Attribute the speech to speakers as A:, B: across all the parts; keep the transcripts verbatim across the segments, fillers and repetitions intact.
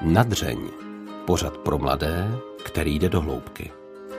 A: Nadřeň. Pořad pro mladé, který jde do hloubky.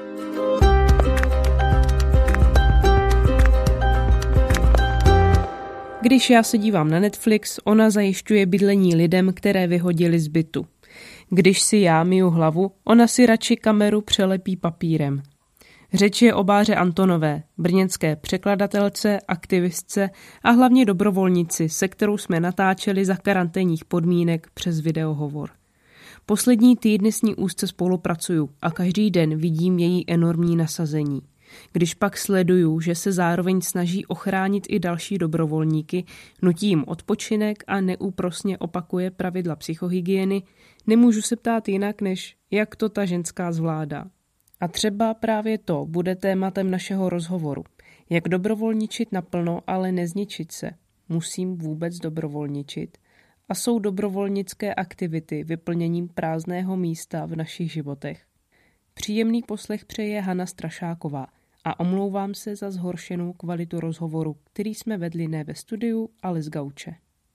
B: Když já se dívám na Netflix, ona zajišťuje bydlení lidem, které vyhodili z bytu. Když si já myju hlavu, ona si radši kameru přelepí papírem. Řeč je o Báře Antonové, brněnské překladatelce, aktivistce a hlavně dobrovolnici, se kterou jsme natáčeli za karanténních podmínek přes videohovor. Poslední týdny s ní úzce spolupracuju a každý den vidím její enormní nasazení. Když pak sleduju, že se zároveň snaží ochránit i další dobrovolníky, nutí jim odpočinek a neúprosně opakuje pravidla psychohygieny, nemůžu se ptát jinak, než jak to ta ženská zvládá. A třeba právě to bude tématem našeho rozhovoru. Jak dobrovolničit naplno, ale nezničit se. Musím vůbec dobrovolničit? A jsou dobrovolnické aktivity vyplněním prázdného místa v našich životech? Příjemný poslech přeje Hana Strašáková a omlouvám se za zhoršenou kvalitu rozhovoru, který jsme vedli ne ve studiu, ale z gauče.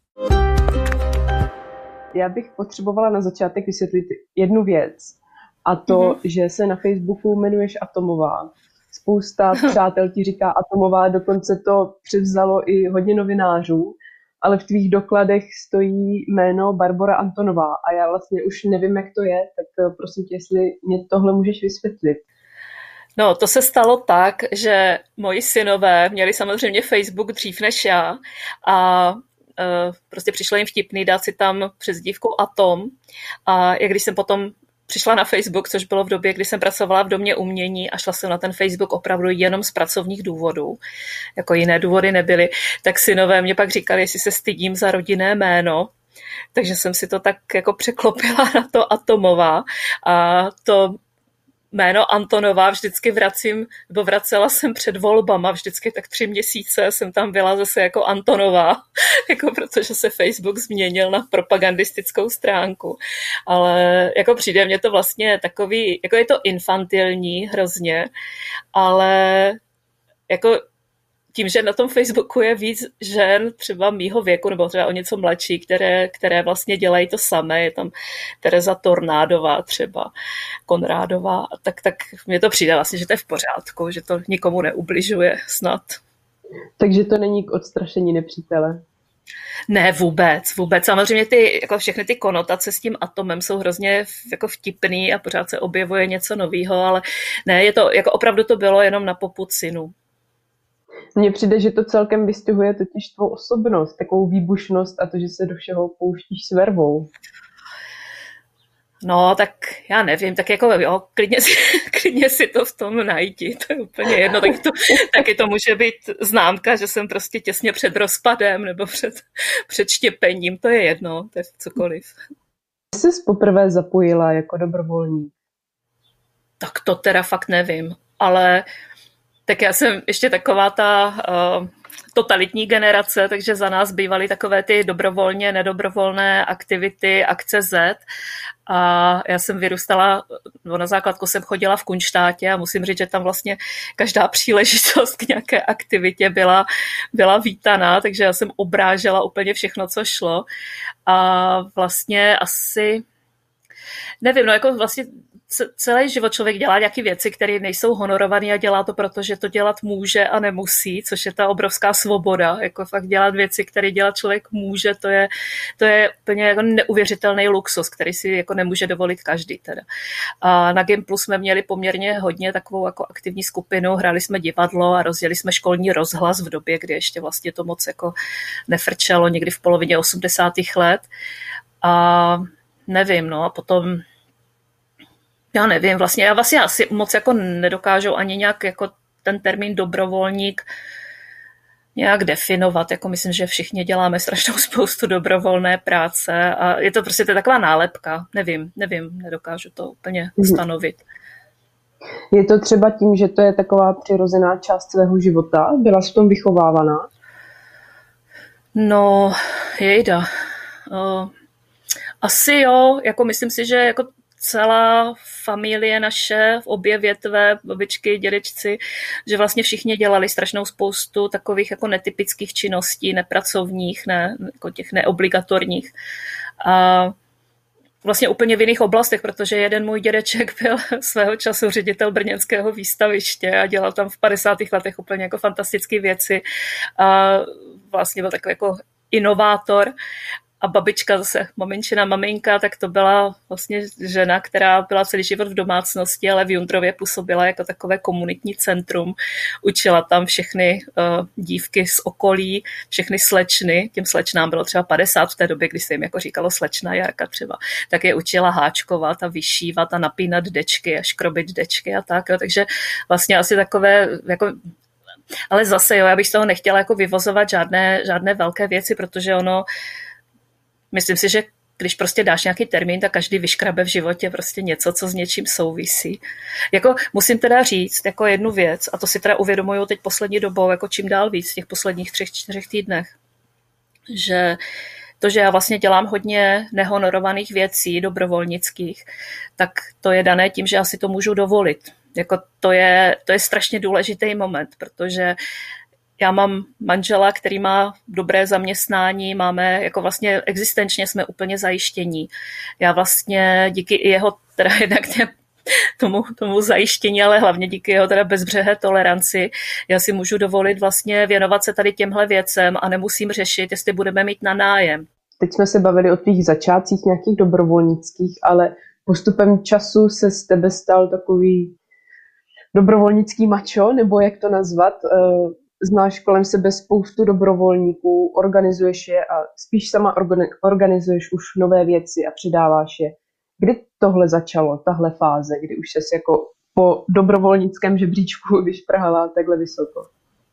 C: Já bych potřebovala na začátek vysvětlit jednu věc. A to, mm-hmm. že se na Facebooku jmenuješ Atomová. Spousta přátel ti říká Atomová, dokonce to převzalo i hodně novinářů, ale v tvých dokladech stojí jméno Barbora Antonová a já vlastně už nevím, jak to je, tak prosím tě, jestli mě tohle můžeš vysvětlit.
D: No, to se stalo tak, že moji synové měli samozřejmě Facebook dřív než já a uh, prostě přišlo jim vtipný dát si tam přezdívku Atom a jak když jsem potom přišla na Facebook, což bylo v době, kdy jsem pracovala v Domě umění a šla jsem na ten Facebook opravdu jenom z pracovních důvodů, jako jiné důvody nebyly, tak synové mě pak říkali, jestli se stydím za rodinné jméno, takže jsem si to tak jako překlopila na to Atomová a to jméno Antonová vždycky vracím, nebo vracela jsem před volbama, vždycky tak tři měsíce jsem tam byla zase jako Antonová, jako protože se Facebook změnil na propagandistickou stránku. Ale jako přijde mně to vlastně takový, jako je to infantilní hrozně, ale jako tím, že na tom Facebooku je víc žen třeba mýho věku, nebo třeba o něco mladší, které, které vlastně dělají to samé, je tam Tereza Tornádová třeba, Konrádová, tak, tak mně to přijde vlastně, že to je v pořádku, že to nikomu neubližuje snad.
C: Takže to není k odstrašení nepřítele?
D: Ne, vůbec, vůbec. Samozřejmě ty, jako všechny ty konotace s tím atomem jsou hrozně jako vtipný a pořád se objevuje něco nového, ale ne, je to, jako opravdu to bylo jenom na popud synu.
C: Mně přijde, že to celkem vystihuje totiž tvou osobnost, takovou výbušnost a to, že se do všeho pouštíš s vervou.
D: No, tak já nevím, tak jako jo, klidně si, klidně si to v tom najdi, to je úplně jedno, taky to, taky to může být známka, že jsem prostě těsně před rozpadem nebo před, před štěpením, to je jedno, to je cokoliv.
C: Jsi jsi poprvé zapojila jako dobrovolník?
D: Tak to teda fakt nevím, ale tak já jsem ještě taková ta uh, totalitní generace, takže za nás bývaly takové ty dobrovolně, nedobrovolné aktivity, akce Z. A já jsem vyrůstala, no na základku jsem chodila v Kunštátě a musím říct, že tam vlastně každá příležitost k nějaké aktivitě byla, byla vítaná, takže já jsem obrážela úplně všechno, co šlo. A vlastně asi, nevím, no jako vlastně celý život člověk dělá nějaké věci, které nejsou honorované a dělá to, protože to dělat může a nemusí, což je ta obrovská svoboda. Jako fakt dělat věci, které dělat člověk může, to je, to je úplně jako neuvěřitelný luxus, který si jako nemůže dovolit každý. Teda. A na Gimplu jsme měli poměrně hodně takovou jako aktivní skupinu, hráli jsme divadlo a rozjeli jsme školní rozhlas v době, kdy ještě vlastně to moc jako nefrčelo, někdy v polovině osmdesátých let. A nevím, no a potom já nevím, vlastně já vlastně asi moc jako nedokážu ani nějak jako ten termín dobrovolník nějak definovat, jako myslím, že všichni děláme strašnou spoustu dobrovolné práce a je to prostě to taková nálepka, nevím, nevím, nedokážu to úplně stanovit.
C: Je to třeba tím, že to je taková přirozená část svého života? Byla jsi v tom vychovávaná?
D: No, jejda. Uh, asi jo, jako myslím si, že jako celá familie naše, obě větve, babičky, dědečci, že vlastně všichni dělali strašnou spoustu takových jako netypických činností, nepracovních, ne, jako těch neobligatorních. A vlastně úplně v jiných oblastech, protože jeden můj dědeček byl svého času ředitel brněnského výstaviště a dělal tam v padesátých letech úplně jako fantastické věci a vlastně byl takový jako inovátor. A babička zase, maminčina maminka, tak to byla vlastně žena, která byla celý život v domácnosti, ale v Jundrově působila jako takové komunitní centrum. Učila tam všechny uh, dívky z okolí, všechny slečny, těm slečnám bylo třeba padesát v té době, kdy se jim jako říkalo slečna Jarka třeba, tak je učila háčkovat a vyšívat a napínat dečky a škrobit dečky a tak. Jo. Takže vlastně asi takové jako. Ale zase, jo, já bych z toho nechtěla jako vyvozovat žádné, žádné velké věci, protože ono. Myslím si, že když prostě dáš nějaký termín, tak každý vyškrabe v životě prostě něco, co s něčím souvisí. Jako musím teda říct jako jednu věc, a to si teda uvědomuju teď poslední dobou, jako čím dál víc v těch posledních třech, čtyřech týdnech, že to, že já vlastně dělám hodně nehonorovaných věcí, dobrovolnických, tak to je dané tím, že já si to můžu dovolit. Jako to je, to je strašně důležitý moment, protože já mám manžela, který má dobré zaměstnání, máme jako vlastně existenčně jsme úplně zajištění. Já vlastně díky i jeho teda jednak tomu, tomu zajištění, ale hlavně díky jeho teda bezbřehé toleranci, já si můžu dovolit vlastně věnovat se tady těmhle věcem a nemusím řešit, jestli budeme mít na nájem.
C: Teď jsme se bavili o tvých začátcích nějakých dobrovolnických, ale postupem času se z tebe stal takový dobrovolnický mačo, nebo jak to nazvat? Znáš kolem sebe spoustu dobrovolníků, organizuješ je a spíš sama organizuješ už nové věci a přidáváš je. Kdy tohle začalo, tahle fáze, kdy už ses jako po dobrovolnickém žebříčku vyšplhala takhle vysoko?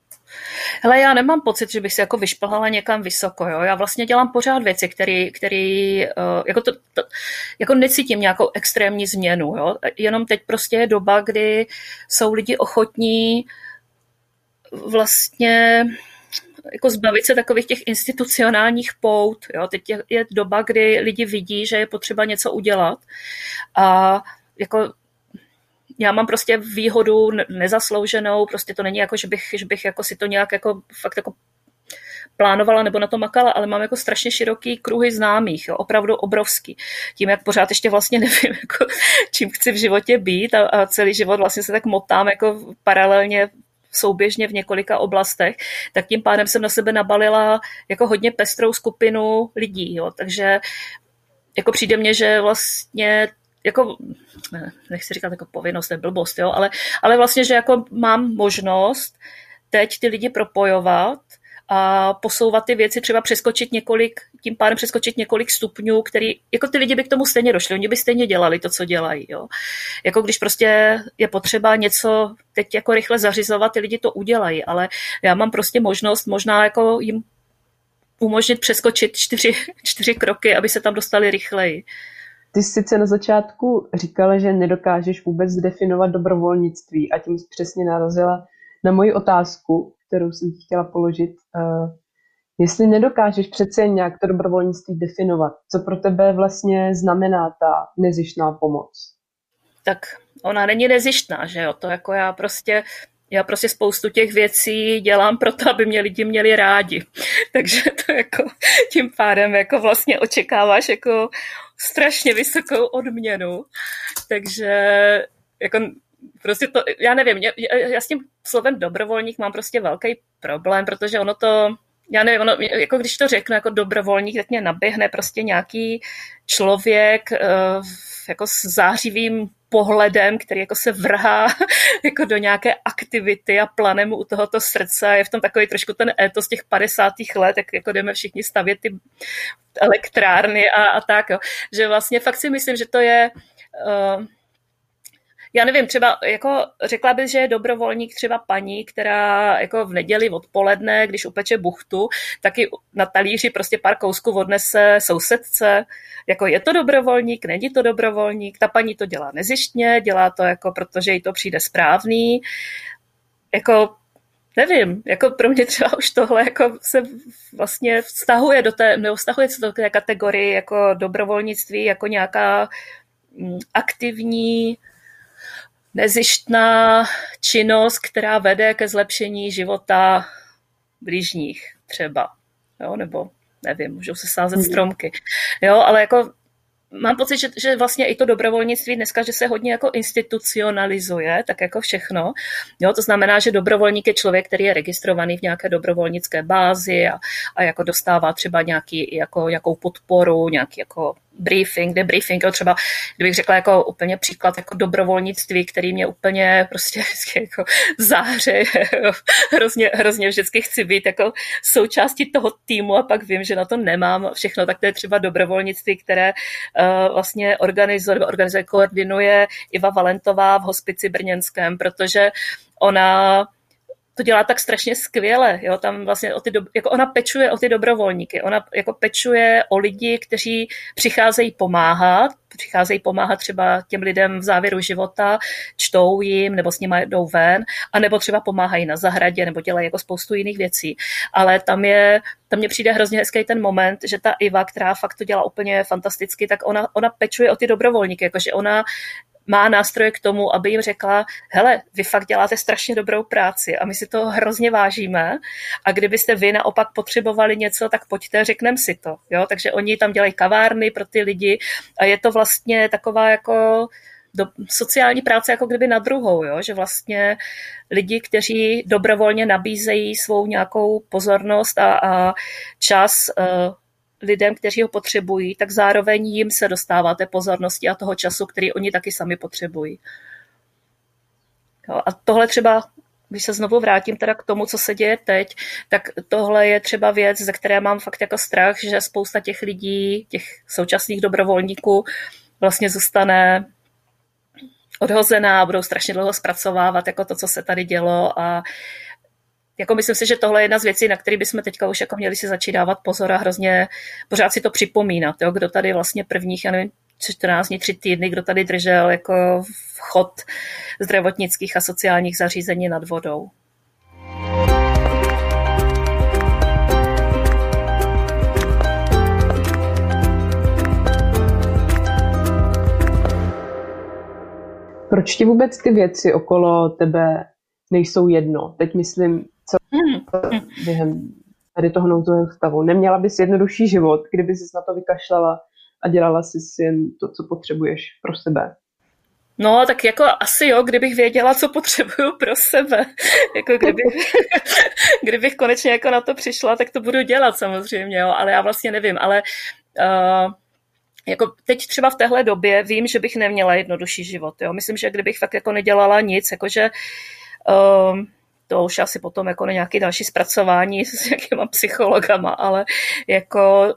D: Hele, já nemám pocit, že bych se jako vyšplhala někam vysoko. Jo? Já vlastně dělám pořád věci, které, které jako, to, to, jako necítím nějakou extrémní změnu. Jo? Jenom teď prostě je doba, kdy jsou lidi ochotní vlastně jako zbavit se takových těch institucionálních pout. Jo? Teď je, je doba, kdy lidi vidí, že je potřeba něco udělat a jako já mám prostě výhodu nezaslouženou, prostě to není jako, že bych, že bych jako si to nějak jako fakt jako plánovala nebo na to makala, ale mám jako strašně široký kruhy známých, jo, opravdu obrovský. Tím, jak pořád ještě vlastně nevím, jako, čím chci v životě být a, a celý život vlastně se tak motám jako paralelně souběžně v několika oblastech, tak tím pádem jsem na sebe nabalila jako hodně pestrou skupinu lidí, jo, takže jako přijde mně, že vlastně jako, nechci říkat jako povinnost, je blbost, jo, ale, ale vlastně, že jako mám možnost teď ty lidi propojovat a posouvat ty věci, třeba přeskočit několik, tím pádem přeskočit několik stupňů, který, jako ty lidi by k tomu stejně došli, oni by stejně dělali to, co dělají, jo. Jako když prostě je potřeba něco teď jako rychle zařizovat, ty lidi to udělají, ale já mám prostě možnost možná jako jim umožnit přeskočit čtyři, čtyři kroky, aby se tam dostali rychleji.
C: Ty jsi sice na začátku říkala, že nedokážeš vůbec definovat dobrovolnictví a tím jsi přesně narazila na moji otázku, kterou jsem ti chtěla položit. Uh, jestli nedokážeš přece nějak to dobrovolnictví definovat, co pro tebe vlastně znamená ta nezištná pomoc?
D: Tak ona není nezištná, že jo? To jako já prostě... Já prostě spoustu těch věcí dělám proto, aby mě lidi měli rádi. Takže to jako tím pádem jako vlastně očekáváš jako strašně vysokou odměnu. Takže jako prostě to, já nevím, já, já s tím slovem dobrovolník mám prostě velký problém, protože ono to, já nevím, ono, jako když to řeknu jako dobrovolník, tak mě naběhne prostě nějaký člověk jako s zářivým pohledem, který jako se vrhá jako do nějaké aktivity a planem u tohoto srdce. Je v tom takový trošku ten étos těch padesátých let, jak jako jdeme všichni stavět ty elektrárny a, a tak. Jo. Že vlastně fakt si myslím, že to je... Uh, já nevím, třeba jako řekla bych, že je dobrovolník třeba paní, která jako v neděli odpoledne, když upeče buchtu, taky na talíři prostě pár kousků odnese sousedce. Jako je to dobrovolník, není to dobrovolník, ta paní to dělá nezištně, dělá to jako protože jí to přijde správný. Jako nevím, jako pro mě třeba už tohle jako se vlastně vztahuje do té, nebo vztahuje se do té kategorii jako dobrovolnictví, jako nějaká aktivní nezištná činnost, která vede ke zlepšení života blížních třeba, jo, nebo nevím, můžou se sázet stromky, jo, ale jako mám pocit, že, že vlastně i to dobrovolnictví dneska, že se hodně jako institucionalizuje, tak jako všechno. Jo, to znamená, že dobrovolník je člověk, který je registrovaný v nějaké dobrovolnické bázi a, a jako dostává třeba nějaký, jako, nějakou podporu, nějaký jako briefing, debriefing, jo, třeba kdybych řekla jako úplně příklad jako dobrovolnictví, který mě úplně prostě vždycky jako záře, hrozně, hrozně vždycky chci být jako součástí toho týmu a pak vím, že na to nemám všechno, tak to je třeba dobrovolnictví, které uh, vlastně organizuje, organizuje, koordinuje Iva Valentová v hospici brněnském, protože ona to dělá tak strašně skvěle, jo, tam vlastně o ty do, jako ona pečuje o ty dobrovolníky, ona jako pečuje o lidi, kteří přicházejí pomáhat, přicházejí pomáhat třeba těm lidem v závěru života, čtou jim, nebo s nimi jdou ven, anebo třeba pomáhají na zahradě, nebo dělají jako spoustu jiných věcí. Ale tam je, tam mně přijde hrozně hezký ten moment, že ta Iva, která fakt to dělá úplně fantasticky, tak ona, ona pečuje o ty dobrovolníky, jakože ona má nástroje k tomu, aby jim řekla, hele, vy fakt děláte strašně dobrou práci a my si to hrozně vážíme a kdybyste vy naopak potřebovali něco, tak pojďte, řekneme si to. Jo? Takže oni tam dělají kavárny pro ty lidi a je to vlastně taková jako do, sociální práce jako kdyby na druhou, jo? Že vlastně lidi, kteří dobrovolně nabízejí svou nějakou pozornost a, a čas uh, lidem, kteří ho potřebují, tak zároveň jim se dostává té pozornosti a toho času, který oni taky sami potřebují. Jo, a tohle třeba, když se znovu vrátím teda k tomu, co se děje teď, tak tohle je třeba věc, ze které mám fakt jako strach, že spousta těch lidí, těch současných dobrovolníků vlastně zůstane odhozená, budou strašně dlouho zpracovávat jako to, co se tady dělo a jako myslím si, že tohle je jedna z věcí, na které bychom teďka už jako měli si začít dávat pozor a hrozně pořád si to připomínat. Jo? Kdo tady vlastně prvních, já nevím, čtrnáct dní, tři týdny, kdo tady držel jako chod zdravotnických a sociálních zařízení nad vodou.
C: Proč ti vůbec ty věci okolo tebe nejsou jedno? Teď myslím, co během tady toho nouzového stavu. Neměla bys jednodušší život, kdyby jsi na to vykašlala a dělala jsi jen to, co potřebuješ pro sebe?
D: No, tak jako asi jo, kdybych věděla, co potřebuju pro sebe. Jako kdybych, kdybych konečně jako na to přišla, tak to budu dělat samozřejmě, jo, ale já vlastně nevím, ale uh, jako teď třeba v téhle době vím, že bych neměla jednodušší život, jo. Myslím, že kdybych fakt jako nedělala nic, jakože uh, to už asi potom jako na nějaké další zpracování s nějakýma psychologama, ale jako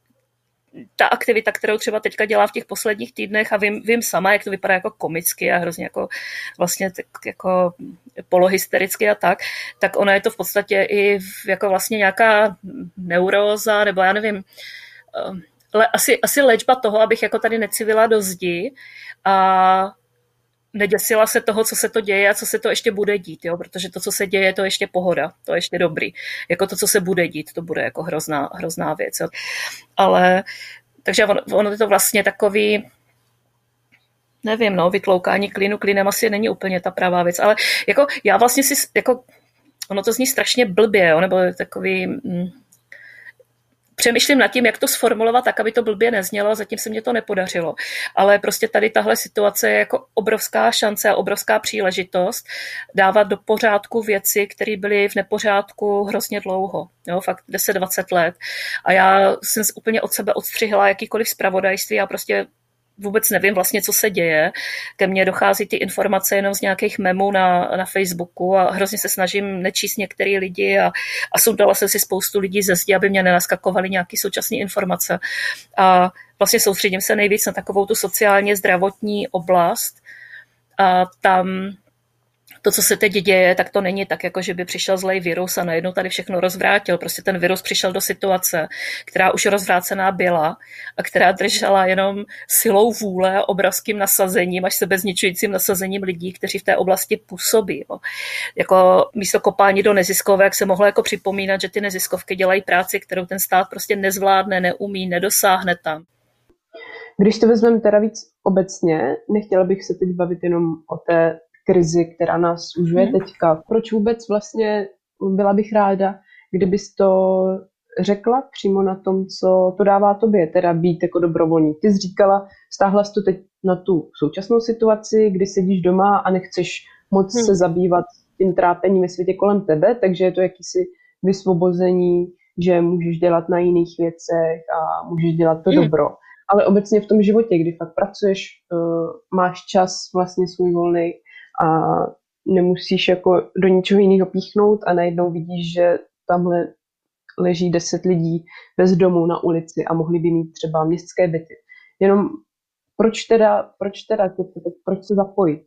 D: ta aktivita, kterou třeba teďka dělá v těch posledních týdnech a vím, vím sama, jak to vypadá jako komicky a hrozně jako vlastně tak jako polohystericky a tak, tak ona je to v podstatě i jako vlastně nějaká neuróza, nebo já nevím, le, asi, asi léčba toho, abych jako tady necivila do zdi a neděsila se toho, co se to děje a co se to ještě bude dít, jo? Protože to, co se děje, to je ještě pohoda, to je ještě dobrý. Jako to, co se bude dít, to bude jako hrozná, hrozná věc. Jo? Ale, takže ono, ono je to vlastně takový, nevím, no, vytloukání klínu klínem asi není úplně ta pravá věc, ale jako já vlastně si, jako, ono to zní strašně blbě, jo? Nebo takový... Mm, přemýšlím nad tím, jak to sformulovat tak, aby to blbě neznělo, zatím se mě to nepodařilo. Ale prostě tady tahle situace je jako obrovská šance a obrovská příležitost dávat do pořádku věci, které byly v nepořádku hrozně dlouho. Jo, fakt deset dvacet let. A já jsem úplně od sebe odstřihla jakýkoliv zpravodajství, já prostě vůbec nevím vlastně, co se děje. Ke mně dochází ty informace jenom z nějakých memů na, na Facebooku a hrozně se snažím nečíst některý lidi a, a sundala jsem si spoustu lidí ze zdi, aby mě nenaskakovaly nějaké současné informace. A vlastně soustředím se nejvíc na takovou tu sociálně zdravotní oblast a tam to, co se teď děje, tak to není tak, jako že by přišel zlej virus a najednou tady všechno rozvrátil. Prostě ten virus přišel do situace, která už rozvrácená byla a která držela jenom silou vůle, obrovským nasazením, až sebezničujícím nasazením lidí, kteří v té oblasti působí. Jo. Jako místo kopání do neziskovek se mohlo jako připomínat, že ty neziskovky dělají práci, kterou ten stát prostě nezvládne, neumí, nedosáhne tam.
C: Když to vezmeme teda víc obecně, nechtěla bych se teď bavit jenom o té krizi, která nás užuje hmm. teďka. Proč vůbec vlastně byla bych ráda, kdybys to řekla přímo na tom, co to dává tobě, teda být jako dobrovolník. Ty jsi říkala, stáhla jsi to teď na tu současnou situaci, kdy sedíš doma a nechceš moc hmm. se zabývat tím trápením ve světě kolem tebe, takže je to jakýsi vysvobození, že můžeš dělat na jiných věcech a můžeš dělat to hmm. dobro. Ale obecně v tom životě, kdy fakt pracuješ, uh, máš čas vlastně svůj volný a nemusíš jako do ničeho jiného píchnout a najednou vidíš, že tamhle leží deset lidí bez domu na ulici a mohli by mít třeba městské byty. Jenom proč teda, proč teda, proč se zapojit?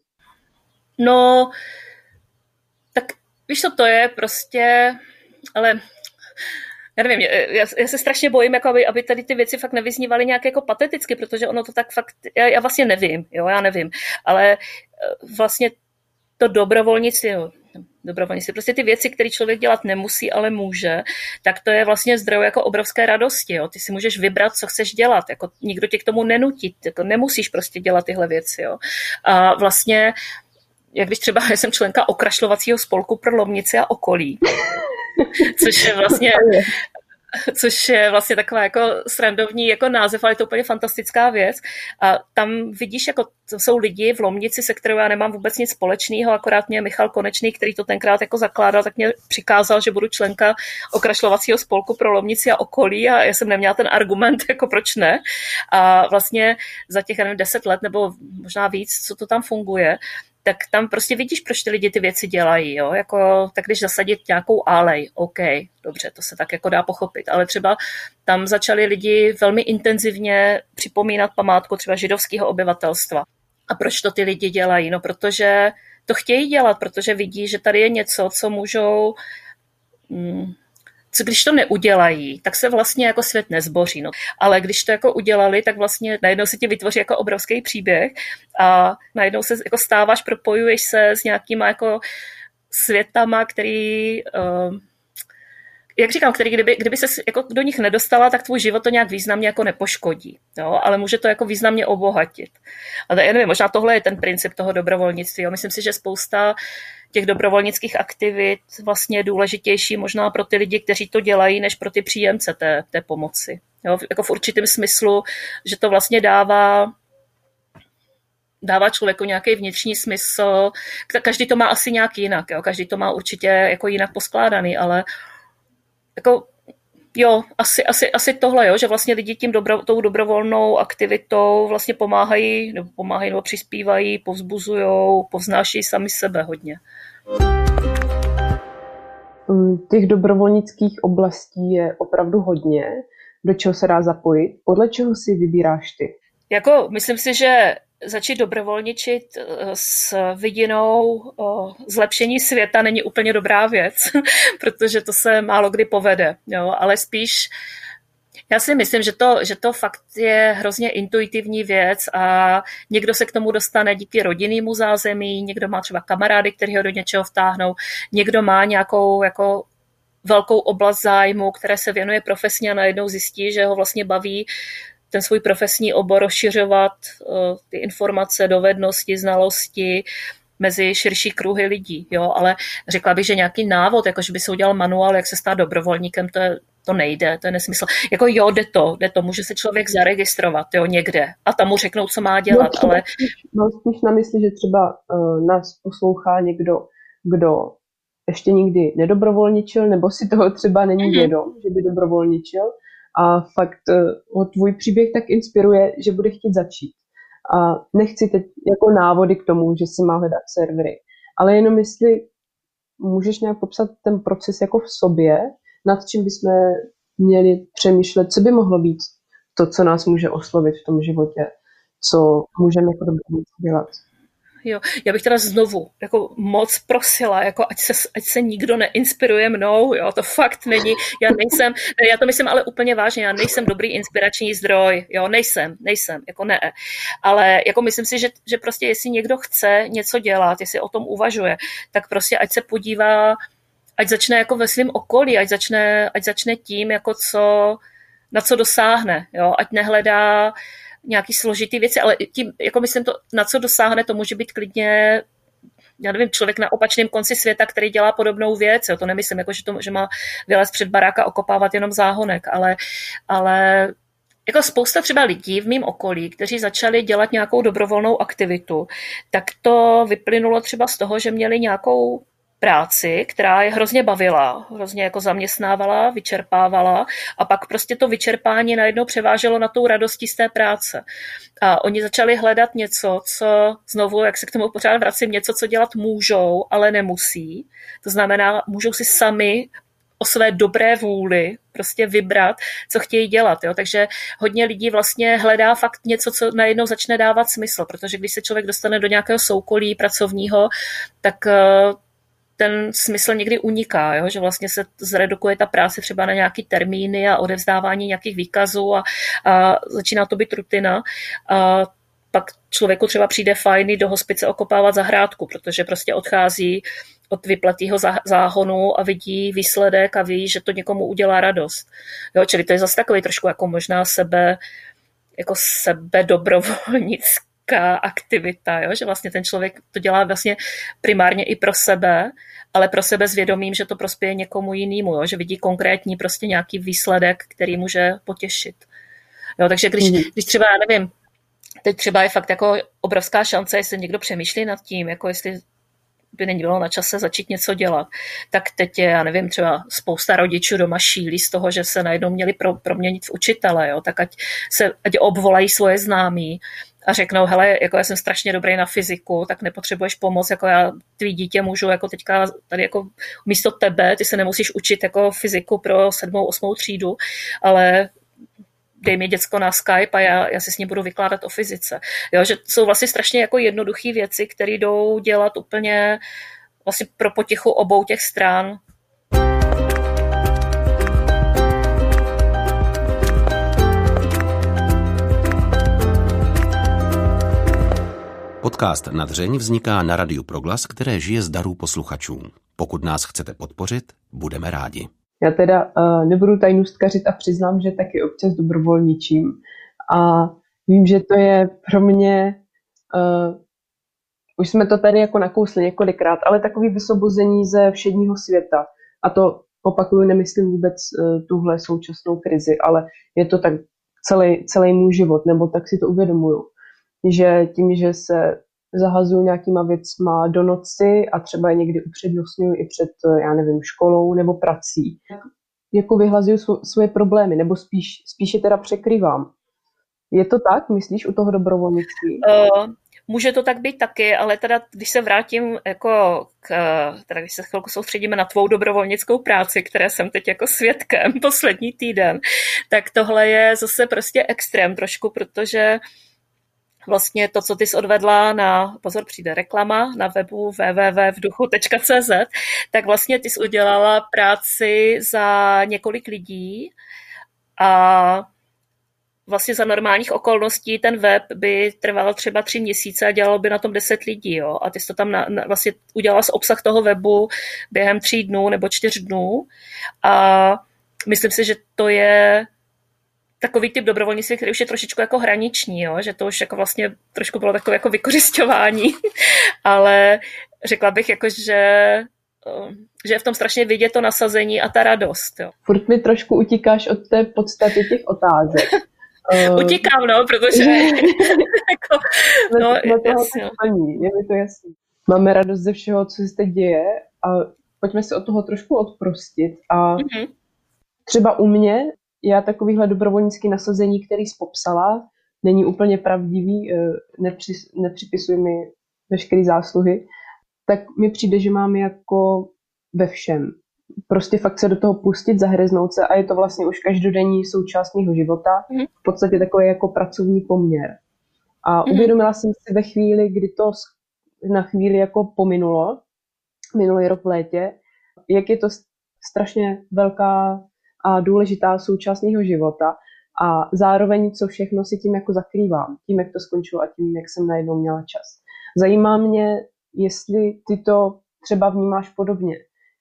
D: No, tak víš, co to je prostě, ale já nevím, já, já se strašně bojím, jako aby, aby tady ty věci fakt nevyznívaly nějak jako pateticky, protože ono to tak fakt, já, já vlastně nevím, jo, já nevím, ale vlastně to dobrovolnictví, jo, dobrovolnictví, prostě ty věci, které člověk dělat nemusí, ale může, tak to je vlastně zdroj jako obrovské radosti, jo. Ty si můžeš vybrat, co chceš dělat, jako nikdo tě k tomu nenutí, jako nemusíš prostě dělat tyhle věci, jo. A vlastně, jak když třeba jsem členka okrašlovacího spolku pro Lomnici a okolí, což je vlastně což je vlastně taková jako srandovní jako název, ale je to úplně fantastická věc. A tam vidíš, jako to jsou lidi v Lomnici, se kterou já nemám vůbec nic společného, akorát mě Michal Konečný, který to tenkrát jako zakládal, tak mě přikázal, že budu členka okrašlovacího spolku pro Lomnici a okolí a já jsem neměla ten argument, jako proč ne. A vlastně za těch, nevím, deset let nebo možná víc, co to tam funguje, tak tam prostě vidíš, proč ty lidi ty věci dělají, jo, jako, tak když zasadit nějakou alej, OK, dobře, to se tak jako dá pochopit, ale třeba tam začali lidi velmi intenzivně připomínat památku třeba židovského obyvatelstva. A proč to ty lidi dělají? No, protože to chtějí dělat, protože vidí, že tady je něco, co můžou... Hmm, co když to neudělají, tak se vlastně jako svět nezboří. No. Ale když to jako udělali, tak vlastně najednou se ti vytvoří jako obrovský příběh a najednou se jako stáváš, propojuješ se s nějakýma jako světama, který, uh, jak říkám, který kdyby, kdyby se jako do nich nedostala, tak tvůj život to nějak významně jako nepoškodí. Jo? Ale může to jako významně obohatit. A já nevím, možná tohle je ten princip toho dobrovolnictví. Jo? Myslím si, že spousta těch dobrovolnických aktivit vlastně je důležitější možná pro ty lidi, kteří to dělají, než pro ty příjemce té, té pomoci. Jo? Jako v určitém smyslu, že to vlastně dává dává člověku nějaký vnitřní smysl. Každý to má asi nějak jinak. Jo? Každý to má určitě jako jinak poskládaný, ale jako jo, asi, asi, asi tohle, jo, že vlastně lidi tím dobro, tou dobrovolnou aktivitou vlastně pomáhají, nebo pomáhají, nebo přispívají, povzbuzujou, povznáší sami sebe hodně.
C: Těch dobrovolnických oblastí je opravdu hodně, do čeho se dá zapojit. Podle čeho si vybíráš ty?
D: Jako, myslím si, že začít dobrovolničit s vidinou zlepšení světa není úplně dobrá věc, protože to se málo kdy povede, jo, ale spíš já si myslím, že to, že to fakt je hrozně intuitivní věc a někdo se k tomu dostane díky rodinnému zázemí, někdo má třeba kamarády, kteří ho do něčeho vtáhnou, někdo má nějakou jako velkou oblast zájmu, které se věnuje profesně a najednou zjistí, že ho vlastně baví ten svůj profesní obor rozšiřovat ty informace, dovednosti, znalosti mezi širší kruhy lidí. Jo? Ale řekla bych, že nějaký návod, jako že by se udělal manuál, jak se stát dobrovolníkem, to, je, to nejde, to je nesmysl. Jako jo, jde to, jde to, může se člověk zaregistrovat, jo, někde a tam mu řeknou, co má dělat,
C: no,
D: ale...
C: Mám spíš na mysli, že třeba uh, nás poslouchá někdo, kdo ještě nikdy nedobrovolničil, nebo si toho třeba není vědom, mm-hmm. že by dobrovolničil. A fakt o tvůj příběh tak inspiruje, že bude chtít začít. A nechci teď jako návody k tomu, že si má hledat servery, ale jenom jestli můžeš nějak popsat ten proces jako v sobě, nad čím bychom měli přemýšlet, co by mohlo být to, co nás může oslovit v tom životě, co můžeme jako dobrovolníci dělat.
D: Jo, já bych teda znovu jako moc prosila, jako ať se, ať se nikdo neinspiruje mnou, jo, to fakt není, já nejsem, já to myslím ale úplně vážně, já nejsem dobrý inspirační zdroj, jo, nejsem, nejsem, jako ne, ale jako myslím si, že, že prostě jestli někdo chce něco dělat, jestli o tom uvažuje, tak prostě ať se podívá, ať začne jako ve svém okolí, ať začne, ať začne tím, jako co, na co dosáhne, jo, ať nehledá nějaký složitý věci, ale tím, jako myslím to, na co dosáhne, to může být klidně já nevím, člověk na opačném konci světa, který dělá podobnou věc. Jo. To nemyslím, jako, že, to, že má vylézt před barák a okopávat jenom záhonek, ale, ale jako spousta třeba lidí v mém okolí, kteří začali dělat nějakou dobrovolnou aktivitu, tak to vyplynulo třeba z toho, že měli nějakou práci, která je hrozně bavila, hrozně jako zaměstnávala, vyčerpávala a pak prostě to vyčerpání najednou převáželo na tou radostí z té práce. A oni začali hledat něco, co znovu, jak se k tomu pořád vracím, něco, co dělat můžou, ale nemusí. To znamená, můžou si sami o své dobré vůli prostě vybrat, co chtějí dělat. Jo? Takže hodně lidí vlastně hledá fakt něco, co najednou začne dávat smysl, protože když se člověk dostane do nějakého soukolí pracovního, tak ten smysl někdy uniká, jo? Že vlastně se zredukuje ta práce třeba na nějaký termíny a odevzdávání nějakých výkazů a, a začíná to být rutina. A pak člověku třeba přijde fajn do hospice okopávat zahrádku, protože prostě odchází od vyplatého záhonu a vidí výsledek a ví, že to někomu udělá radost. Jo? Čili to je zase takový trošku jako možná sebe, jako sebe dobrovolnická aktivita, jo? Že vlastně ten člověk to dělá vlastně primárně i pro sebe, ale pro sebe s vědomím, že to prospěje někomu jinému, jo? Že vidí konkrétní prostě nějaký výsledek, který může potěšit. Jo? Takže když, mm. když třeba, já nevím, teď třeba je fakt jako obrovská šance, jestli někdo přemýšlí nad tím, jako jestli by není bylo na čase začít něco dělat, tak teď je, já nevím, třeba spousta rodičů doma šílí z toho, že se najednou měli pro, proměnit v učitele, jo? Tak ať, se, ať obvolají svoje známí a řeknou, hele, jako já jsem strašně dobrý na fyziku, tak nepotřebuješ pomoc, jako já tvý dítě můžu jako teďka tady jako místo tebe, ty se nemusíš učit jako fyziku pro sedmou, osmou třídu, ale dej mi děcko na Skype a já, já si s ním budu vykládat o fyzice. Jo, že jsou vlastně strašně jako jednoduché věci, které jdou dělat úplně vlastně pro potichu obou těch stran.
A: Podcast Nadřeň vzniká na Radiu Proglas, které žije z darů posluchačů. Pokud nás chcete podpořit, budeme rádi.
C: Já teda uh, nebudu tajnůstkařit a přiznám, že taky občas dobrovolničím. A vím, že to je pro mě, uh, už jsme to tady jako nakousli několikrát, ale takový vysvobození ze všedního světa. A to opakuju, nemyslím vůbec uh, tuhle současnou krizi, ale je to tak celý, celý můj život, nebo tak si to uvědomuju. Že tím, že se zahazuju nějakýma věcma do noci a třeba je někdy upřednostňuji i před, já nevím, školou nebo prací. Jako vyhlazuju svoje problémy, nebo spíš, spíš je teda překrývám. Je to tak, myslíš, u toho dobrovolnictví?
D: Uh, může to tak být taky, ale teda, když se vrátím jako k, teda když se chvilku soustředíme na tvou dobrovolnickou práci, které jsem teď jako svědkem poslední týden, tak tohle je zase prostě extrém trošku, protože vlastně to, co ty jsi odvedla na, pozor, přijde reklama, na webu w w w tečka v duchu tečka c z, tak vlastně ty jsi udělala práci za několik lidí a vlastně za normálních okolností ten web by trval třeba tři měsíce a dělalo by na tom deset lidí, jo? A ty jsi to tam na, na, vlastně udělala z obsah toho webu během tří dnů nebo čtyř dnů a myslím si, že to je takový typ dobrovolnictví, který už je trošičku jako hraniční, jo? Že to už jako vlastně trošku bylo takové jako vykořisťování, ale řekla bych jako, že, že je v tom strašně vidět to nasazení a ta radost. Jo?
C: Furt mi trošku utíkáš od té podstaty těch otázek.
D: Utíkám, no, protože jako, no, jasně.
C: Je mi to jasný. Máme radost ze všeho, co se teď děje a pojďme se od toho trošku odprostit a mm-hmm. třeba u mě já takovýhle dobrovolnický nasazení, který jsi popsala, není úplně pravdivý, nepři, nepřipisuj mi veškeré zásluhy, tak mi přijde, že mám jako ve všem. Prostě fakt se do toho pustit, zahreznout se a je to vlastně už každodenní součást mého života, v podstatě takový jako pracovní poměr. A uvědomila jsem si ve chvíli, kdy to na chvíli jako pominulo, minulý rok v létě, jak je to strašně velká a důležitá součást mého života a zároveň co všechno si tím jako zakrývám, tím, jak to skončilo a tím, jak jsem najednou měla čas. Zajímá mě, jestli ty to třeba vnímáš podobně,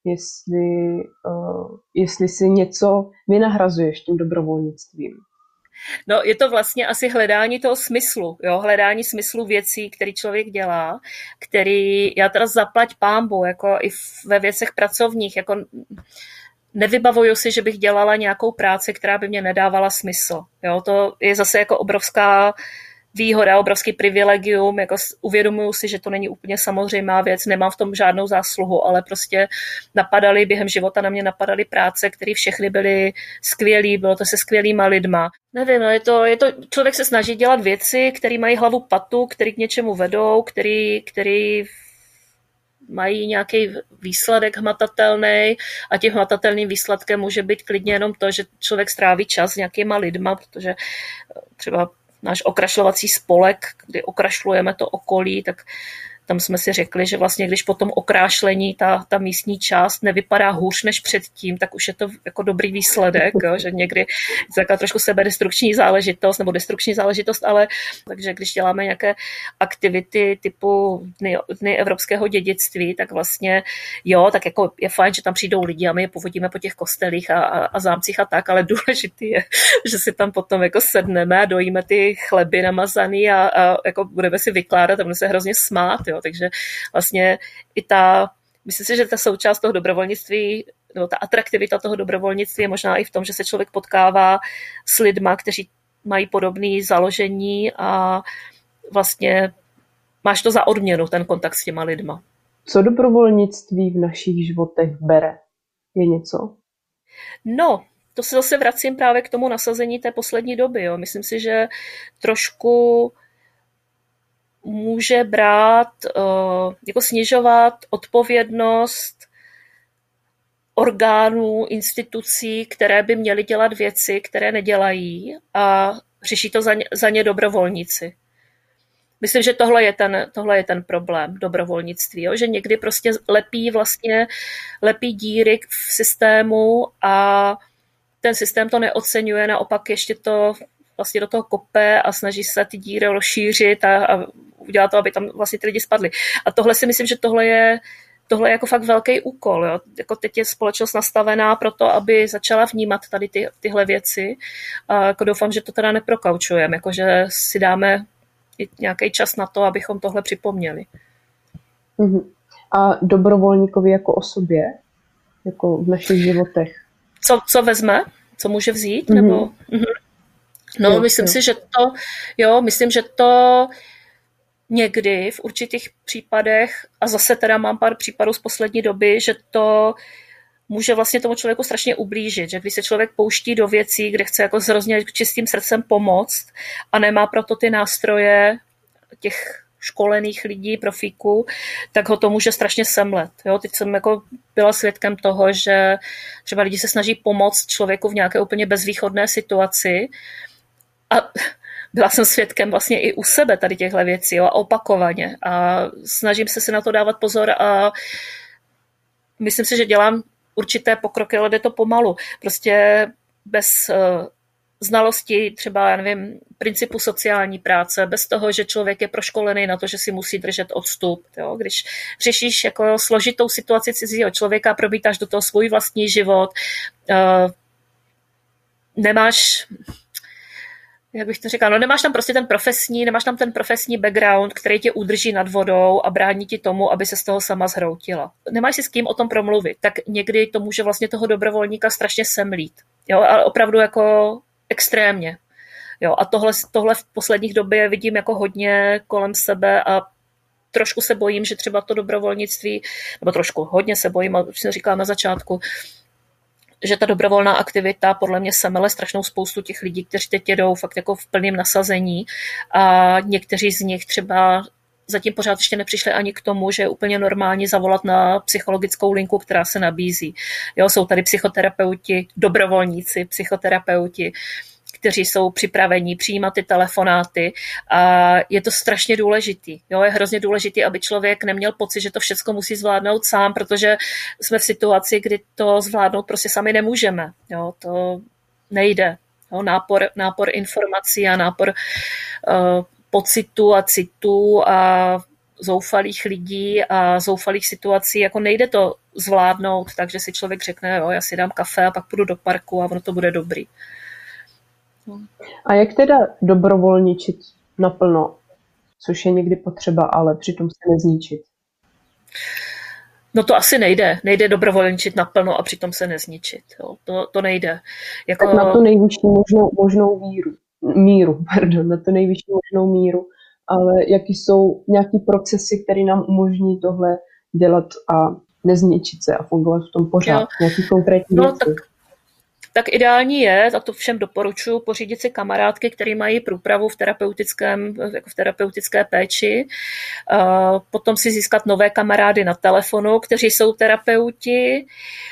C: jestli, uh, jestli si něco vynahrazuješ tím dobrovolnictvím.
D: No, je to vlastně asi hledání toho smyslu, jo, hledání smyslu věcí, který člověk dělá, který, já teda zaplať pánbu, jako i ve věcech pracovních, jako nevybavuju si, že bych dělala nějakou práci, která by mě nedávala smysl, jo, to je zase jako obrovská výhoda, obrovský privilegium, jako uvědomuju si, že to není úplně samozřejmá věc, nemám v tom žádnou zásluhu, ale prostě napadaly, během života na mě napadaly práce, které všechny byly skvělý, bylo to se skvělýma lidma. Nevím, no je to, je to, člověk se snaží dělat věci, které mají hlavu patu, které k něčemu vedou, který, který mají nějaký výsledek hmatatelný a tím hmatatelným výsledkem může být klidně jenom to, že člověk stráví čas s nějakýma lidma, protože třeba náš okrašlovací spolek, kdy okrašlujeme to okolí, tak tam jsme si řekli, že vlastně když po tom okrášlení ta, ta místní část nevypadá hůř než předtím, tak už je to jako dobrý výsledek, jo? Že někdy je to taková trošku sebedestrukční záležitost nebo destrukční záležitost, ale takže když děláme nějaké aktivity typu dny, dny evropského dědictví, tak vlastně jo, tak jako je fajn, že tam přijdou lidi a my je povodíme po těch kostelích a, a, a zámcích a tak, ale důležitý je, že si tam potom jako sedneme a dojíme ty chleby namazaný a, a jako budeme si vykládat a budeme se hrozně smát, jo. Takže vlastně i ta, myslím si, že ta součást toho dobrovolnictví, nebo ta atraktivita toho dobrovolnictví je možná i v tom, že se člověk potkává s lidma, kteří mají podobné založení a vlastně máš to za odměnu, ten kontakt s těma lidma.
C: Co dobrovolnictví v našich životech bere? Je něco?
D: No, to se zase vracím právě k tomu nasazení té poslední doby. Jo. Myslím si, že trošku může brát, jako snižovat odpovědnost orgánů, institucí, které by měly dělat věci, které nedělají a řeší to za ně, za ně dobrovolníci. Myslím, že tohle je ten, tohle je ten problém dobrovolnictví, jo? Že někdy prostě lepí vlastně lepí díry v systému a ten systém to neoceňuje, naopak ještě to vlastně do toho kope a snaží se ty díry rozšířit a, a udělat to, aby tam vlastně ty lidi spadli. A tohle si myslím, že tohle je, tohle je jako fakt velký úkol. Jo? Jako teď je společnost nastavená pro to, aby začala vnímat tady ty, tyhle věci. A jako doufám, že to teda neprokaučujeme, jako že si dáme nějaký čas na to, abychom tohle připomněli.
C: Uh-huh. A dobrovolníkovi jako osobě? Jako v našich životech?
D: Co, co vezme? Co může vzít? Uh-huh. Nebo... Uh-huh. No, jo, myslím jo. si, že to, jo, myslím, že to někdy v určitých případech, a zase teda mám pár případů z poslední doby, že to může vlastně tomu člověku strašně ublížit, že když se člověk pouští do věcí, kde chce jako hrozně čistým srdcem pomoct a nemá proto ty nástroje těch školených lidí, profíků, tak ho to může strašně semlet. Jo? Teď jsem jako byla svědkem toho, že třeba lidi se snaží pomoct člověku v nějaké úplně bezvýchodné situaci a byla jsem svědkem vlastně i u sebe tady těchto věcí, jo, a opakovaně. A snažím se si na to dávat pozor a myslím si, že dělám určité pokroky, ale jde to pomalu. Prostě bez uh, znalosti třeba, já nevím, principu sociální práce, bez toho, že člověk je proškolený na to, že si musí držet odstup. Jo. Když řešíš jako složitou situaci cizího člověka, promítáš do toho svůj vlastní život, uh, nemáš... jak bych to říkala, no nemáš tam prostě ten profesní, nemáš tam ten profesní background, který tě udrží nad vodou a brání ti tomu, aby se z toho sama zhroutila. Nemáš si s kým o tom promluvit, tak někdy to může vlastně toho dobrovolníka strašně semlít. Jo, ale opravdu jako extrémně. Jo, a tohle, tohle v posledních době vidím jako hodně kolem sebe a trošku se bojím, že třeba to dobrovolnictví, nebo trošku, hodně se bojím, a už jsem říkala na začátku, že ta dobrovolná aktivita podle mě semele strašnou spoustu těch lidí, kteří teď jedou fakt jako v plném nasazení a někteří z nich třeba zatím pořád ještě nepřišli ani k tomu, že je úplně normální zavolat na psychologickou linku, která se nabízí. Jo, jsou tady psychoterapeuti, dobrovolníci, psychoterapeuti, kteří jsou připraveni přijímat ty telefonáty a je to strašně důležitý. Jo? Je hrozně důležitý, aby člověk neměl pocit, že to všechno musí zvládnout sám, protože jsme v situaci, kdy to zvládnout prostě sami nemůžeme. Jo? To nejde. Jo? Nápor, nápor informací a nápor uh, pocitů a citů a zoufalých lidí a zoufalých situací, jako nejde to zvládnout, takže si člověk řekne, jo, já si dám kafe a pak půjdu do parku a ono to bude dobrý.
C: A jak teda dobrovolničit naplno, což je někdy potřeba, ale přitom se nezničit?
D: No to asi nejde. Nejde dobrovolničit naplno a přitom se nezničit. Jo. To, to nejde. Jako...
C: Tak na tu nejvyšší možnou, možnou víru, míru, pardon, na tu nejvyšší možnou míru, ale jaký jsou nějaký procesy, které nám umožní tohle dělat a nezničit se a fungovat v tom pořád. Jo. Nějaký konkrétní
D: no,
C: věci.
D: Tak... Tak ideální je, a to všem doporučuji, pořídit si kamarádky, které mají průpravu v terapeutickém, jako v terapeutické péči. Potom si získat nové kamarády na telefonu, kteří jsou terapeuti.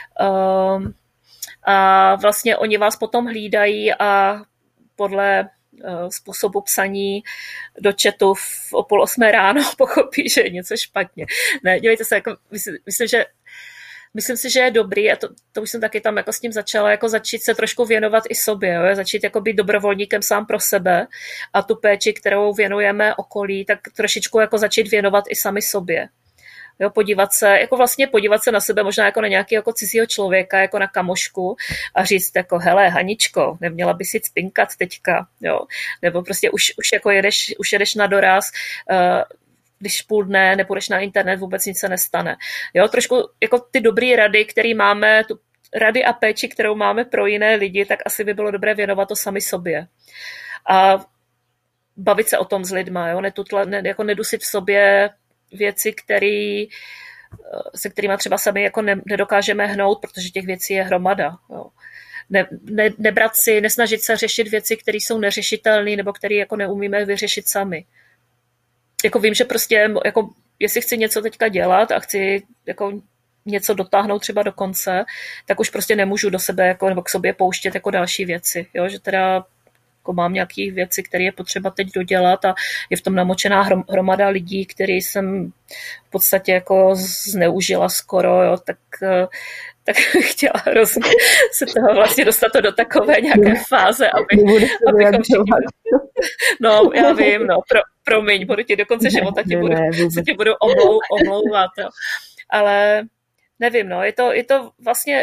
D: A vlastně oni vás potom hlídají a podle způsobu psaní do chatu v o půl osmé ráno pochopí, že je něco špatně. Ne, dělejte se, jako, myslím, myslím, že Myslím si, že je dobrý, a to, to už jsem taky tam jako s tím začala, jako začít se trošku věnovat i sobě, jo? Začít jako být dobrovolníkem sám pro sebe a tu péči, kterou věnujeme okolí, tak trošičku jako začít věnovat i sami sobě. Jo? Podívat se, jako vlastně podívat se na sebe možná jako na nějaký jako cizího člověka, jako na kamošku a říct jako hele, Haničko, neměla by si spinkat teďka, jo? Nebo prostě už, už jako jedeš, už jedeš na doraz, uh, když půl dne nepůjdeš na internet, vůbec nic se nestane. Jo, trošku jako ty dobré rady, které máme, tu rady a péči, kterou máme pro jiné lidi, tak asi by bylo dobré věnovat to sami sobě. A bavit se o tom s lidma, jo, Netutla, ne, jako nedusit v sobě věci, který, se kterými třeba sami jako ne, nedokážeme hnout, protože těch věcí je hromada. Jo. Ne, ne, nebrat si, nesnažit se řešit věci, které jsou neřešitelné nebo které jako neumíme vyřešit sami. Jako vím, že prostě, jako, jestli chci něco teďka dělat a chci jako něco dotáhnout třeba do konce, tak už prostě nemůžu do sebe jako, nebo k sobě pouštět jako další věci. Jo? Že teda jako mám nějaké věci, které je potřeba teď dodělat a je v tom namočená hrom, hromada lidí, který jsem v podstatě jako zneužila skoro, jo? tak tak chtěla hrozně se toho vlastně dostat to do takové nějaké fáze, aby, abychom všichni... No, já vím, no, pro, promiň, budu ti do konce života tě budu, se tě budu omlou, omlouvat, jo. Ale nevím, no, je to, je to vlastně,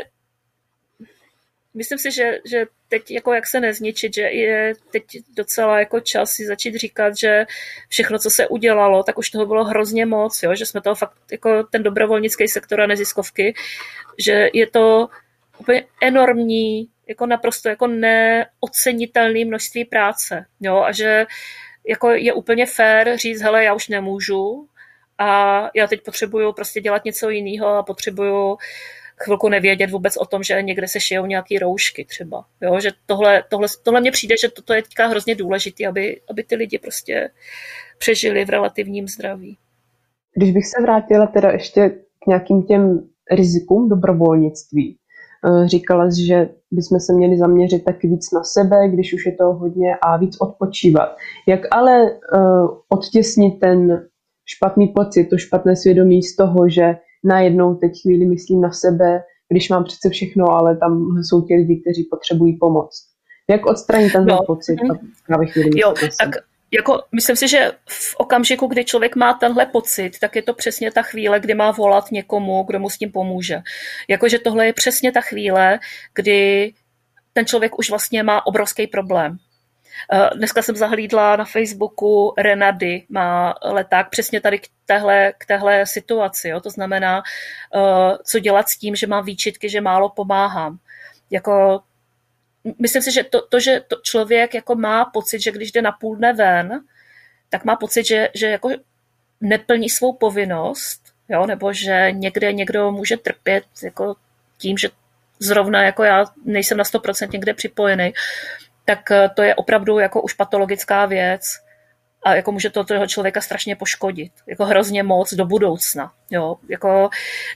D: myslím si, že, že teď jako jak se nezničit, že je teď docela jako čas si začít říkat, že všechno, co se udělalo, tak už toho bylo hrozně moc, jo? Že jsme toho fakt, jako ten dobrovolnický sektor a neziskovky, že je to úplně enormní, jako naprosto jako neocenitelné množství práce, jo? A že jako je úplně fér říct, hele, já už nemůžu a já teď potřebuju prostě dělat něco jiného a potřebuju chvilku nevědět vůbec o tom, že někde se šijou nějaký roušky třeba. Jo? Že tohle, tohle, tohle mně přijde, že toto je teďka hrozně důležité, aby, aby ty lidi prostě přežili v relativním zdraví.
C: Když bych se vrátila teda ještě k nějakým těm rizikům dobrovolnictví, říkala jsi, že bychom se měli zaměřit taky víc na sebe, když už je to hodně a víc odpočívat. Jak ale uh, odtěsnit ten špatný pocit, to špatné svědomí z toho, že najednou teď chvíli myslím na sebe, když mám přece všechno, ale tam jsou ti lidi, kteří potřebují pomoc. Jak odstranit ten no. pocit? A chvíli
D: jo, tak jako myslím si, že v okamžiku, kdy člověk má tenhle pocit, tak je to přesně ta chvíle, kdy má volat někomu, kdo mu s tím pomůže. Jakože tohle je přesně ta chvíle, kdy ten člověk už vlastně má obrovský problém. Dneska jsem zahlídla na Facebooku Renady, má leták přesně tady k téhle, k téhle situaci. Jo? To znamená, co dělat s tím, že mám výčitky, že málo pomáhám. Jako, myslím si, že to, to že to člověk jako má pocit, že když jde na půl dne ven, tak má pocit, že, že jako neplní svou povinnost, jo? Nebo že někde někdo může trpět jako tím, že zrovna jako já nejsem na sto procent někde připojený, tak to je opravdu jako už patologická věc a jako může to toho člověka strašně poškodit. Jako hrozně moc do budoucna. Jo? Jako,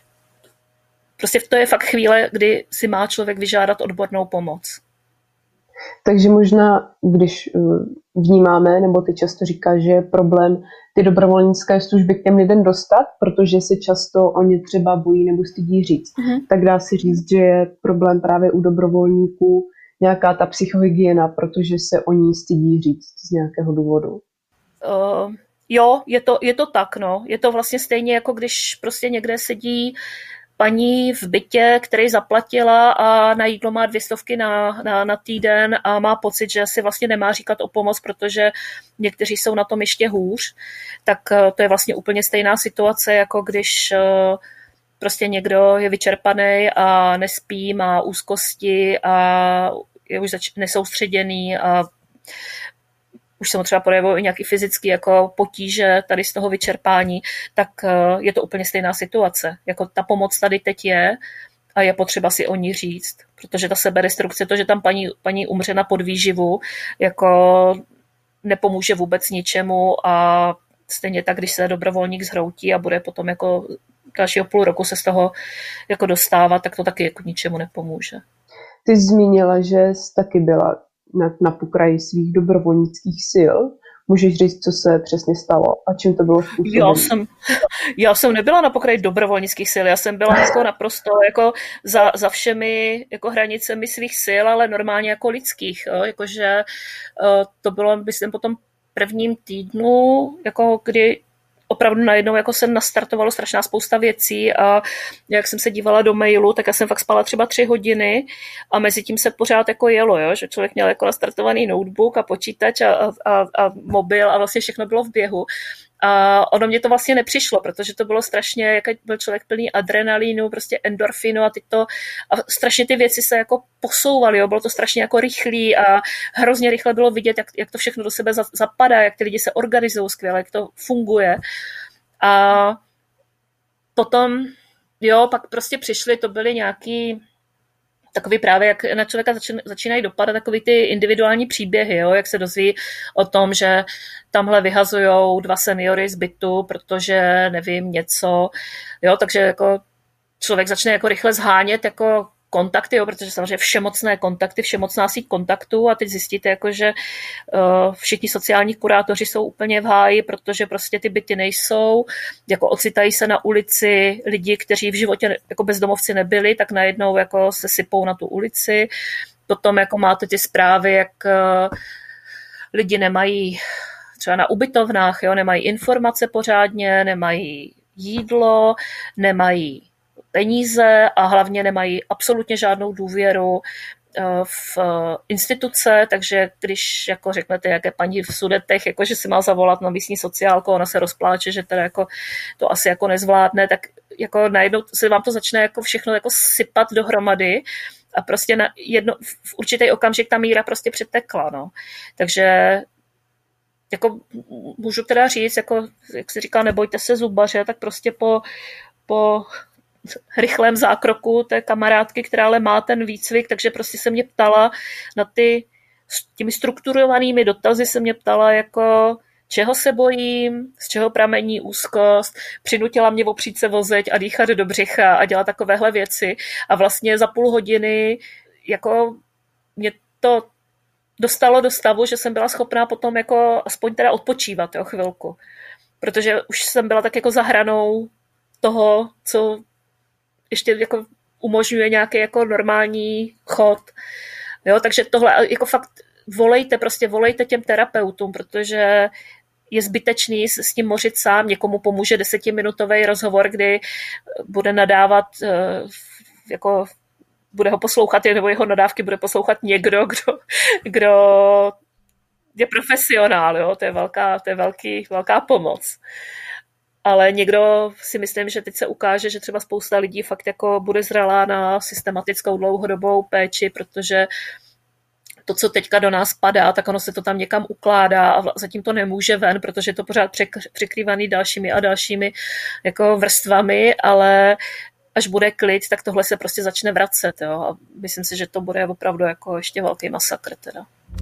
D: prostě to je fakt chvíle, kdy si má člověk vyžádat odbornou pomoc.
C: Takže možná, když vnímáme, nebo ty často říkáš, že je problém ty dobrovolnické služby k těm lidem dostat, protože se často o ně třeba bojí nebo stydí říct, mm-hmm. tak dá si říct, že je problém právě u dobrovolníků nějaká ta psychohygiena, protože se o ní stydí říct z nějakého důvodu.
D: Uh, jo, je to, je to tak, no. Je to vlastně stejně, jako když prostě někde sedí paní v bytě, který zaplatila a na jídlo má dvě stovky na, na, na týden a má pocit, že si vlastně nemá říkat o pomoc, protože někteří jsou na tom ještě hůř, tak to je vlastně úplně stejná situace, jako když prostě někdo je vyčerpaný a nespí, má úzkosti a je už zač- nesoustředěný a už se mu třeba projevují i nějaký fyzický jako potíže tady z toho vyčerpání, tak je to úplně stejná situace. Jako ta pomoc tady teď je a je potřeba si o ní říct, protože ta sebedestrukce, to, že tam paní, paní umře na podvýživu, jako nepomůže vůbec ničemu a stejně tak, když se dobrovolník zhroutí a bude potom jako dalšího půl roku se z toho jako dostávat, tak to taky jako ničemu nepomůže.
C: Ty jsi zmínila, že jsi taky byla na, na pokraji svých dobrovolnických sil. Můžeš říct, co se přesně stalo a čím to bylo způsobené?
D: Já jsem, já jsem nebyla na pokraji dobrovolnických sil, já jsem byla jako naprosto jako za, za všemi jako hranicemi svých sil, ale normálně jako lidských. Jo? Jakože to bylo, myslím, po tom prvním týdnu, jako kdy opravdu najednou jako se nastartovalo strašná spousta věcí a jak jsem se dívala do mailu, tak já jsem fakt spala třeba tři hodiny a mezi tím se pořád jako jelo, jo? Že člověk měl jako nastartovaný notebook a počítač a, a, a mobil a vlastně všechno bylo v běhu. A ono mě to vlastně nepřišlo, protože to bylo strašně, jak byl člověk plný adrenalínu, prostě endorfinu a, tyto, a strašně ty věci se jako posouvaly, jo? Bylo to strašně jako rychlý a hrozně rychle bylo vidět, jak, jak to všechno do sebe zapadá, jak ty lidi se organizují skvěle, jak to funguje. A potom, jo, pak prostě přišly, to byly nějaký takový právě, jak na člověka začínají dopadat takový ty individuální příběhy, jo? Jak se dozví o tom, že tamhle vyhazujou dva seniory z bytu, protože nevím, něco, jo, takže jako člověk začne jako rychle zhánět jako kontakty, jo, protože samozřejmě všemocné kontakty, všemocná síť kontaktů a teď zjistíte, jako, že uh, všichni sociální kurátoři jsou úplně v háji, protože prostě ty byty nejsou, jako ocitají se na ulici lidi, kteří v životě jako bezdomovci nebyli, tak najednou jako se sypou na tu ulici. Potom jako máte ty zprávy, jak uh, lidi nemají třeba na ubytovnách, jo, nemají informace pořádně, nemají jídlo, nemají peníze a hlavně nemají absolutně žádnou důvěru v instituce, takže když jako řeknete, jaké paní v Sudetech, jako že si má zavolat na místní sociálku, ona se rozpláče, že teda jako to asi jako nezvládne, tak jako najednou se vám to začne jako všechno jako sypat dohromady a prostě na jedno, v určitý okamžik ta míra prostě přetekla, no. Takže jako můžu teda říct, jako, jak se říká, nebojte se zubaře, tak prostě po, po rychlém zákroku té kamarádky, která ale má ten výcvik, takže prostě se mě ptala na ty, těmi strukturovanými dotazy se mě ptala jako čeho se bojím, z čeho pramení úzkost, přinutila mě opřít se vozeť a dýchat do břicha a dělat takovéhle věci a vlastně za půl hodiny jako mě to dostalo do stavu, že jsem byla schopná potom jako aspoň teda odpočívat, jo, chvilku. Protože už jsem byla tak jako za hranou toho, co ještě jako umožňuje nějaký jako normální chod. Jo, takže tohle jako fakt volejte, prostě volejte těm terapeutům, protože je zbytečný s tím mořit sám. Někomu pomůže desetiminutový rozhovor, kdy bude nadávat, jako bude ho poslouchat, nebo jeho nadávky bude poslouchat někdo, kdo, kdo je profesionál. Jo? To je velká, to je velký, velká pomoc. Ale někdo si myslím, že teď se ukáže, že třeba spousta lidí fakt jako bude zralá na systematickou dlouhodobou péči, protože to, co teďka do nás padá, tak ono se to tam někam ukládá a zatím to nemůže ven, protože je to pořád překrývaný dalšími a dalšími jako vrstvami, ale až bude klid, tak tohle se prostě začne vracet. Jo? A myslím si, že to bude opravdu jako ještě velký masakr teda.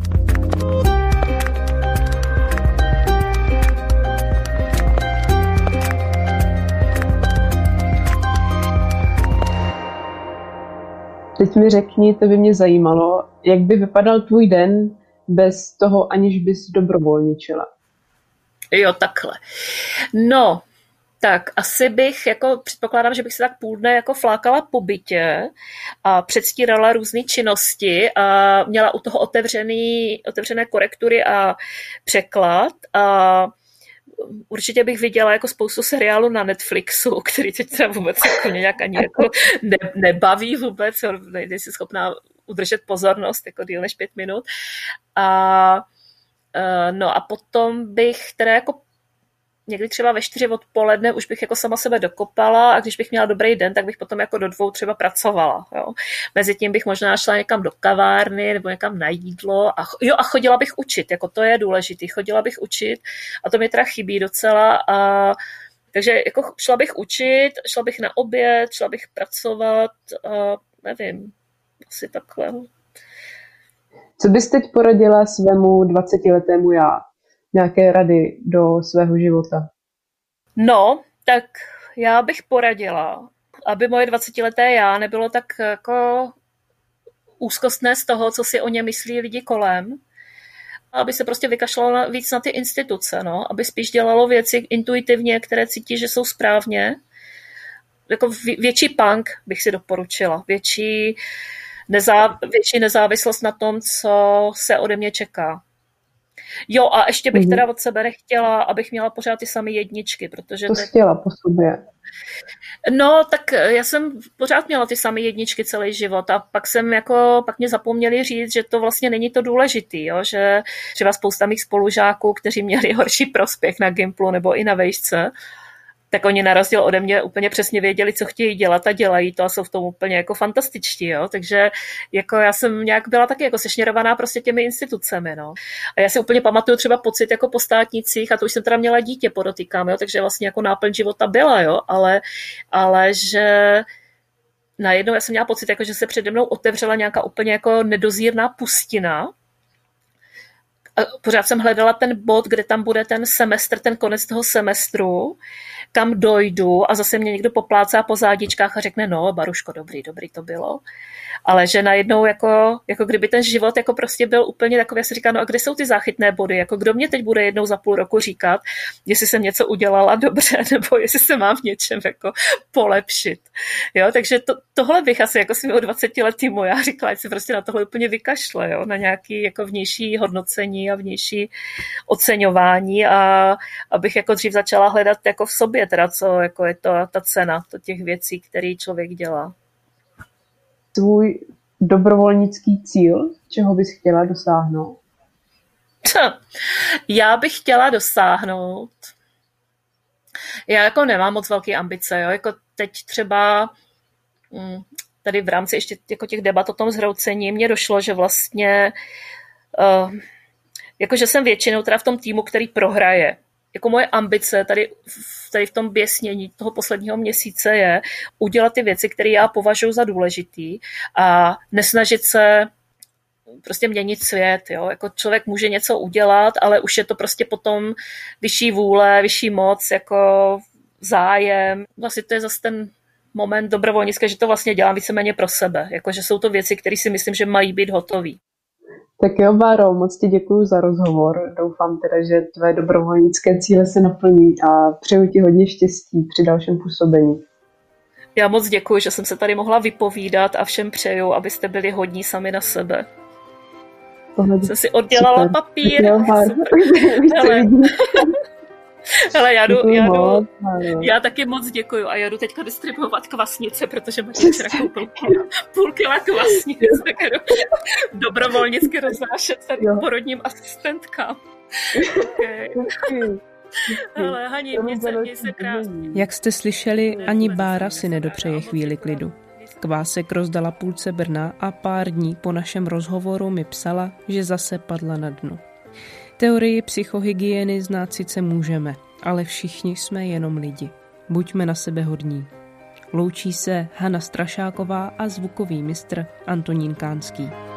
C: Teď mi řekni, to by mě zajímalo, jak by vypadal tvůj den bez toho, aniž bys dobrovolničila.
D: Jo, takhle. No, tak asi bych, jako předpokládám, že bych se tak půl dne jako flákala po bytě a předstírala různé činnosti a měla u toho otevřený, otevřené korektury a překlad a určitě bych viděla jako spoustu seriálů na Netflixu, který teď třeba vůbec jako nějak ani jako ne, nebaví vůbec, nejsi schopná udržet pozornost jako díl než pět minut. A, no a potom bych teda jako někdy třeba ve čtyři odpoledne už bych jako sama sebe dokopala a když bych měla dobrý den, tak bych potom jako do dvou třeba pracovala. Jo. Mezitím bych možná šla někam do kavárny nebo někam na jídlo a, jo, a chodila bych učit, jako to je důležitý, chodila bych učit a to mi teda chybí docela a takže jako šla bych učit, šla bych na oběd, šla bych pracovat a nevím, asi takhle.
C: Co bys teď poradila svému dvacetiletému já? Nějaké rady do svého života?
D: No, tak já bych poradila, aby moje dvacetileté já nebylo tak jako úzkostné z toho, co si o ně myslí lidi kolem, aby se prostě vykašlalo víc na ty instituce, no, aby spíš dělalo věci intuitivně, které cítí, že jsou správně. Jako větší punk bych si doporučila, větší, nezá, větší nezávislost na tom, co se ode mě čeká. Jo, a ještě bych teda od sebe nechtěla, abych měla pořád ty samé jedničky, protože...
C: To jsi chtěla po sobě.
D: No, tak já jsem pořád měla ty samé jedničky celý život a pak jsem jako, pak mě zapomněli říct, že to vlastně není to důležitý, jo? Že třeba spousta mých spolužáků, kteří měli horší prospěch na Gimplu nebo i na vejšce, tak oni na rozdíl ode mě úplně přesně věděli, co chtějí dělat a dělají to a jsou v tom úplně jako fantastičtí, jo, takže jako já jsem nějak byla taky jako sešněrovaná prostě těmi institucemi, no. A já si úplně pamatuju třeba pocit jako po státnicích a to už jsem teda měla dítě, podotýkám, jo, takže vlastně jako náplň života byla, jo, ale, ale že najednou já jsem měla pocit, jako že se přede mnou otevřela nějaká úplně jako nedozírná pustina. A pořád jsem hledala ten bod, kde tam bude ten semestr, ten konec toho semestru, kam dojdu a zase mě někdo poplácá po zádičkách a řekne, no, Baruško, dobrý, dobrý to bylo. Ale že najednou jako, jako kdyby ten život jako prostě byl úplně takový, já si říkám, no a kde jsou ty záchytné body, jako kdo mě teď bude jednou za půl roku říkat, jestli jsem něco udělala dobře, nebo jestli se mám v něčem jako polepšit. Jo, takže to, tohle bych asi jako svého dvacetiletýmu já říkala, ať si prostě na tohle úplně vykašle, jo, na nějaký jako vnější hodnocení a vnější oceňování a abych jako dřív začala hledat jako v sobě, teda co jako je to ta cena to těch věcí, které člověk dělá.
C: Svůj dobrovolnický cíl, čeho bys chtěla dosáhnout?
D: Já bych chtěla dosáhnout. Já jako nemám moc velké ambice, jo? Jako teď třeba tady v rámci ještě jako těch debat o tom zhroucení mně došlo, že vlastně uh, jakože jsem většinou teda v tom týmu, který prohraje. Jako moje ambice tady, tady v tom běsnění toho posledního měsíce je udělat ty věci, které já považuji za důležitý a nesnažit se prostě měnit svět. Jo? Jako člověk může něco udělat, ale už je to prostě potom vyšší vůle, vyšší moc, jako zájem. Vlastně to je zase ten moment dobrovolnické, že to vlastně dělám víceméně pro sebe. Jako, že jsou to věci, které si myslím, že mají být hotový.
C: Tak jo, Báro, moc ti děkuju za rozhovor. Doufám teda, že tvé dobrovolnické cíle se naplní a přeju ti hodně štěstí při dalším působení.
D: Já moc děkuji, že jsem se tady mohla vypovídat a všem přeju, abyste byli hodní sami na sebe. Tohle jsem si oddělala super. Papír. Jo, Hele. Hele, já, jdu, já, jdu, já taky moc děkuju a já jdu teďka distribuovat kvasnice, protože mám včera koupil půl kila kvasnic, tak jdu dobrovolnicky roznášet tady porodním asistentkám. Okay. Hele, Hani, mě se, mě se krásně.
B: Jak jste slyšeli, ani Bára si nedopřeje chvíli klidu. Kvásek rozdala půlce Brna a pár dní po našem rozhovoru mi psala, že zase padla na dno. Teorii psychohygieny znát sice můžeme, ale všichni jsme jenom lidi. Buďme na sebe hodní. Loučí se Hana Strašáková a zvukový mistr Antonín Kánský.